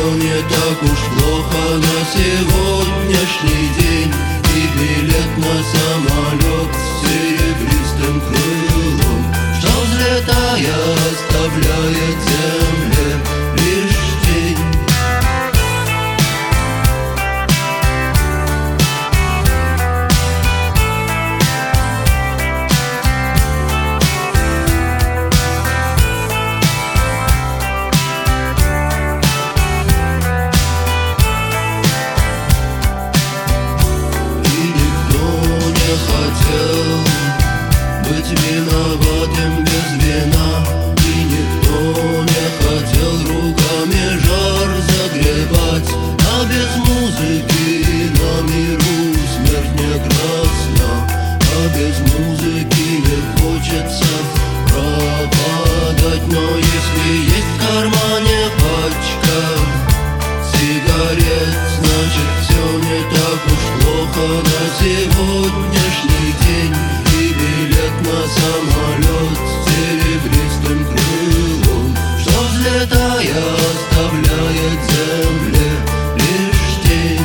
не так уж плохо на сегодняшний день. И билет на самолет с серебристым крылом, что взлетая оставляет земле лишь тень. Хотел быть виноватым без вина, и никто не хотел руками жар загребать. А без музыки на миру смерть не красна, а без музыки не хочется пропадать. Но если есть в кармане пачка сигарет, значит все не так уж плохо на сегодняшний день. И билет на самолет с серебристым крылом, что взлетая оставляет земле лишь тень.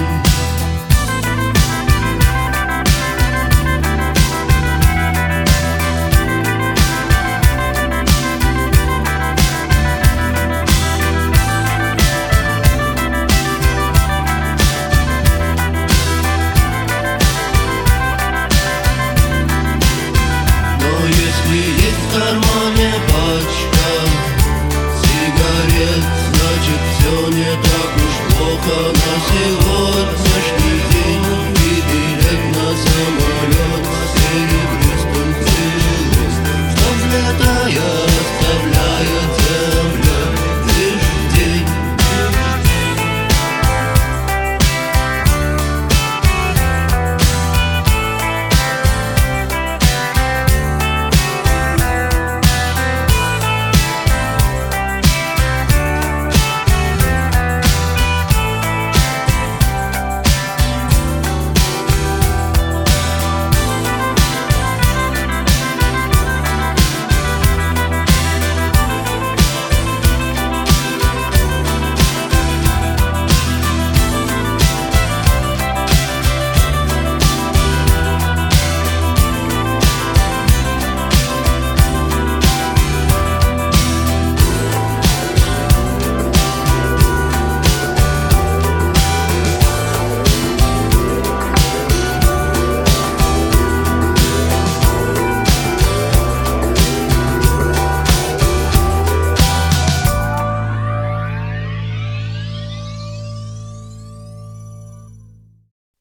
В кармане пачка сигарет, значит все не так уж плохо на сегодня.